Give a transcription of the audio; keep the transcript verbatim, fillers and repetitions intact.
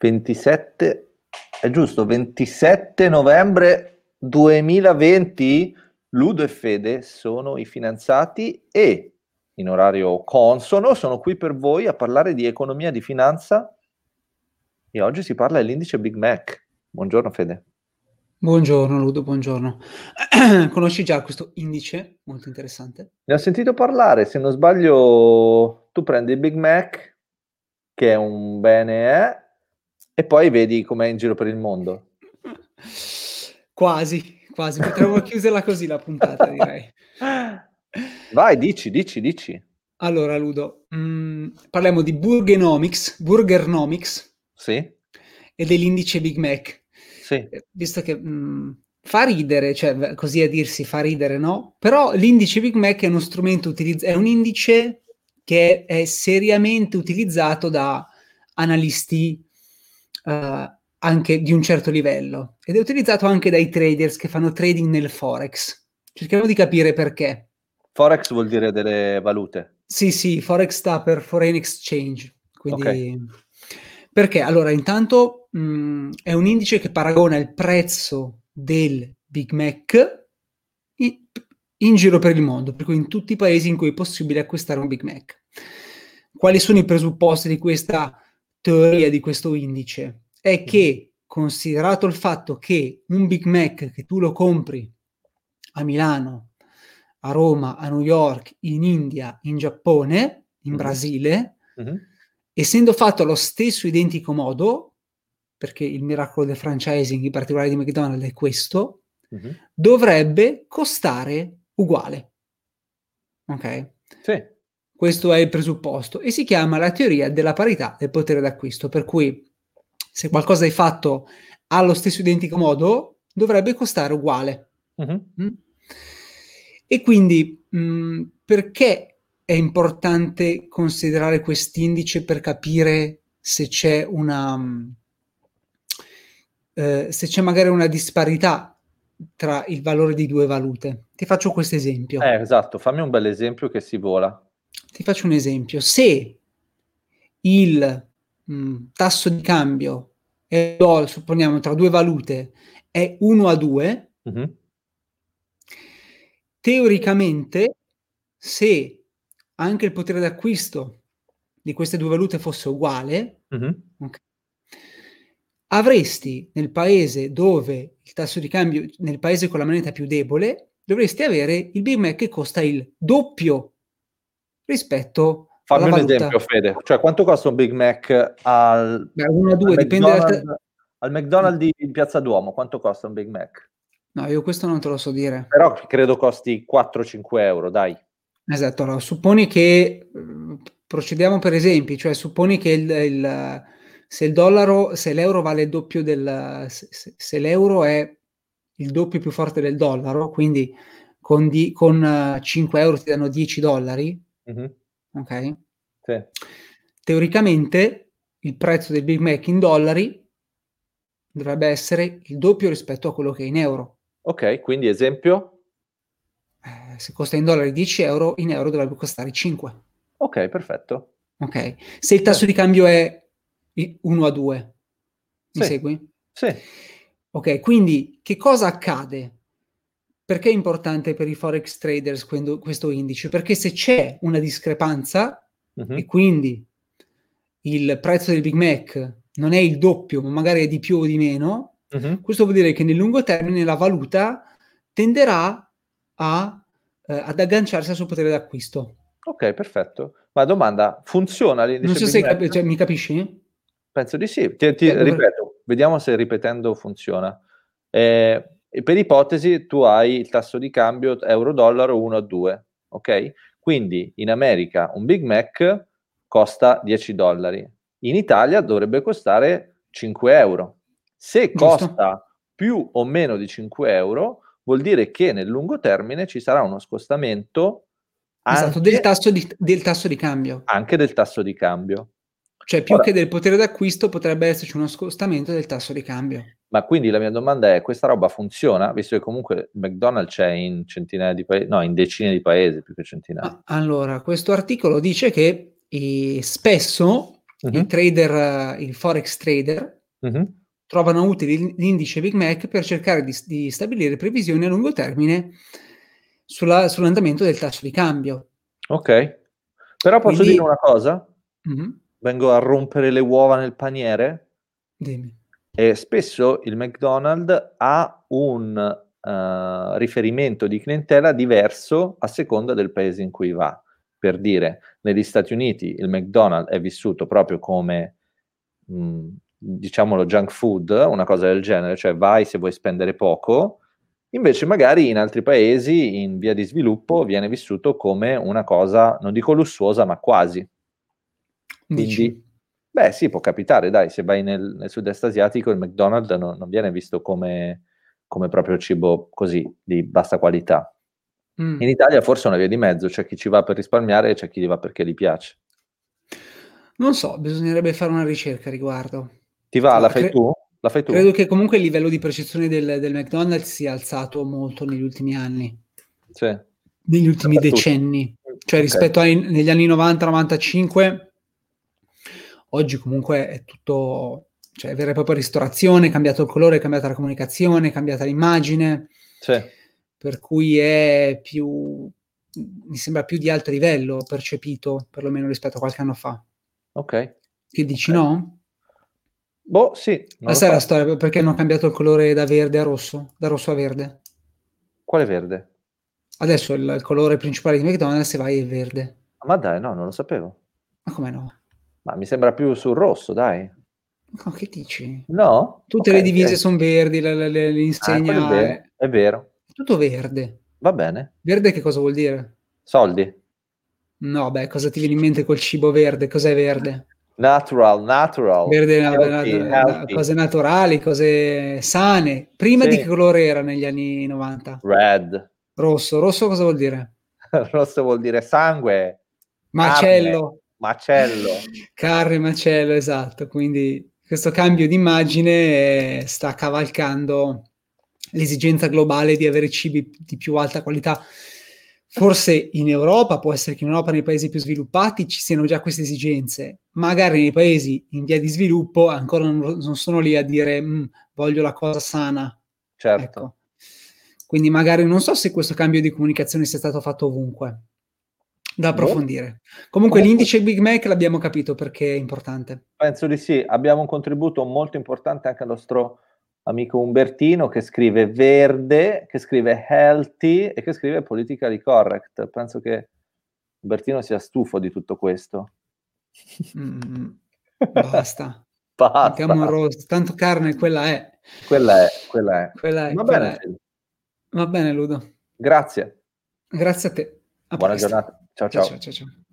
ventisette, è giusto, ventisette novembre duemilaventi, Ludo e Fede sono i fidanzati e in orario consono sono qui per voi a parlare di economia, di finanza, e oggi si parla dell'indice Big Mac. Buongiorno Fede. Buongiorno Ludo, buongiorno. Conosci già questo indice? Molto interessante. Ne ho sentito parlare, se non sbaglio tu prendi il Big Mac, che è un bene, eh, e poi vedi com'è in giro per il mondo. Quasi, quasi. Potremmo chiuderla così la puntata, direi. Vai, dici, dici, dici. Allora Ludo, mh, parliamo di Burgernomics, Burgernomics Sì. e dell'indice Big Mac. Sì. Visto che mh, fa ridere, cioè così a dirsi fa ridere, no? Però l'indice Big Mac è uno strumento utilizzato, è un indice che è seriamente utilizzato da analisti uh, anche di un certo livello ed è utilizzato anche dai traders che fanno trading nel Forex. Cerchiamo di capire perché. Forex vuol dire delle valute. Sì, sì, Forex sta per Foreign Exchange, quindi Okay. perché? Allora, intanto mh, è un indice che paragona il prezzo del Big Mac in, in giro per il mondo, per cui in tutti i paesi in cui è possibile acquistare un Big Mac. Quali sono i presupposti di questa teoria, di questo indice? È che, considerato il fatto che un Big Mac che tu lo compri a Milano, a Roma, a New York, in India, in Giappone, in Mm-hmm. Brasile, Mm-hmm. essendo fatto allo stesso identico modo, perché il miracolo del franchising, in particolare di McDonald's, è questo, mm-hmm. dovrebbe costare uguale. Ok? Sì. Questo è il presupposto e si chiama la teoria della parità del potere d'acquisto, per cui se qualcosa è fatto allo stesso identico modo, dovrebbe costare uguale. Mm-hmm. Mm? E quindi mh, perché è importante considerare quest'indice per capire se c'è una eh, se c'è magari una disparità tra il valore di due valute? Ti faccio questo esempio. Eh, esatto, fammi un bel esempio che si vola. Ti faccio un esempio. Se il mh, tasso di cambio è, supponiamo, tra due valute è uno a due, mm-hmm. teoricamente, se anche il potere d'acquisto di queste due valute fosse uguale, mm-hmm. okay, avresti nel paese dove il tasso di cambio, nel paese con la moneta più debole, dovresti avere il Big Mac che costa il doppio rispetto Fammi alla un valuta. esempio, Fede. Cioè, quanto costa un Big Mac al, Beh, uno a due, al dipende McDonald's, da... al McDonald's di Piazza Duomo? Quanto costa un Big Mac? No, io questo non te lo so dire. Però credo costi quattro cinque euro, dai. Esatto, allora, supponi che procediamo per esempi, cioè supponi che il, il, se il dollaro, se l'euro vale il doppio del, se, se l'euro è il doppio più forte del dollaro, quindi con, di, con cinque euro ti danno dieci dollari, mm-hmm. ok? Sì. Teoricamente il prezzo del Big Mac in dollari dovrebbe essere il doppio rispetto a quello che è in euro. Ok, quindi esempio? Eh, se costa in dollari dieci euro, in euro dovrebbe costare cinque. Ok, perfetto. Ok, se il tasso sì. di cambio è uno a due, mi sì. segui? Sì. Ok, quindi che cosa accade? Perché è importante per i forex traders questo indice? Perché se c'è una discrepanza uh-huh. e quindi il prezzo del Big Mac non è il doppio, ma magari è di più o di meno, uh-huh. questo vuol dire che nel lungo termine la valuta tenderà a, eh, ad agganciarsi al suo potere d'acquisto. Ok, perfetto. Ma domanda, funziona l'indice Non so Big se Mac? capi- cioè, mi capisci? Penso di sì. Ti, ti eh, ripeto, vediamo se ripetendo funziona. Eh, e per ipotesi tu hai il tasso di cambio euro-dollaro uno a due, ok? Quindi in America un Big Mac costa dieci dollari. In Italia dovrebbe costare cinque euro. Se Giusto. costa più o meno di cinque euro, vuol dire che nel lungo termine ci sarà uno scostamento esatto, anche, del, tasso di, del tasso di cambio. Anche del tasso di cambio. Cioè più Ora, che del potere d'acquisto potrebbe esserci uno scostamento del tasso di cambio. Ma quindi la mia domanda è, questa roba funziona? Visto che comunque McDonald's c'è in centinaia di paesi, no, in decine di paesi più che centinaia. Ah, allora, questo articolo dice che eh, spesso uh-huh. i trader, i forex trader, uh-huh. trovano utile l'indice Big Mac per cercare di, di stabilire previsioni a lungo termine sulla, sull'andamento del tasso di cambio. Ok, però posso Quindi, dire una cosa? Uh-huh. Vengo a rompere le uova nel paniere. Dimmi. E spesso il McDonald's ha un uh, riferimento di clientela diverso a seconda del paese in cui va. Per dire, negli Stati Uniti il McDonald's è vissuto proprio come, mh, diciamolo, junk food, una cosa del genere, cioè vai se vuoi spendere poco. Invece magari in altri paesi in via di sviluppo viene vissuto come una cosa, non dico lussuosa, ma quasi. Quindi, Dici? beh sì, può capitare, dai, se vai nel, nel sud-est asiatico il McDonald's non, non viene visto come, come proprio cibo così, di bassa qualità. Mm. In Italia forse è una via di mezzo, c'è chi ci va per risparmiare e c'è chi va perché gli piace. Non so, bisognerebbe fare una ricerca a riguardo. Ti va? Ah, La fai cre- tu? La fai tu? Credo che comunque il livello di percezione del, del McDonald's sia alzato molto negli ultimi anni. Sì. Negli ultimi Per decenni. tutti. Cioè Ok. rispetto ai, negli anni novanta novantacinque, oggi comunque è tutto, cioè vera e propria ristorazione, è cambiato il colore, è cambiata la comunicazione, è cambiata l'immagine. Sì. Per cui è più, mi sembra più di alto livello percepito, perlomeno rispetto a qualche anno fa. Ok. Che dici, Okay. no? Boh, sì, non La lo sai so. la storia perché hanno cambiato il colore da verde a rosso, da rosso a verde? Quale verde? Adesso il, il colore principale di McDonald's, se vai, è verde. Ma dai, no, non lo sapevo. Ma come no? Ma mi sembra più sul rosso, dai. Ma che dici? No? Tutte Ok, le divise ok. sono verdi, le, le, le, Ah, quello è l'insegna vero, è è vero. tutto verde. Va bene. Verde che cosa vuol dire? Soldi. No, beh, cosa ti viene in mente col cibo verde? Cos'è verde? Natural, natural. Verde, na- Healthy, na- na- healthy. cose naturali, cose sane. Prima di Sì. che colore era negli anni novanta? Red. Rosso. Rosso cosa vuol dire? Rosso vuol dire sangue, carne, Macello. macello. Carne, macello, esatto. Quindi questo cambio d'immagine eh, sta cavalcando l'esigenza globale di avere cibi di più alta qualità. Forse in Europa, può essere che in Europa, nei paesi più sviluppati, ci siano già queste esigenze. Magari nei paesi in via di sviluppo ancora non, non sono lì a dire voglio la cosa sana. Certo. Ecco. Quindi magari non so se questo cambio di comunicazione sia stato fatto ovunque. Da approfondire. Comunque, Comunque, l'indice Big Mac l'abbiamo capito perché è importante. penso di sì. Abbiamo un contributo molto importante anche al nostro amico Umbertino, che scrive verde, che scrive healthy e che scrive politically correct. Penso che Umbertino sia stufo di tutto questo. Mm, basta. Basta. Mettiamo un roast. Tanto carne, quella è. Quella è, quella è. Quella è, Va quella bene, è. Phil. Va bene, Ludo. Grazie. Grazie a te. A Buona presto. giornata. Ciao, Ciao, ciao. ciao, ciao, ciao.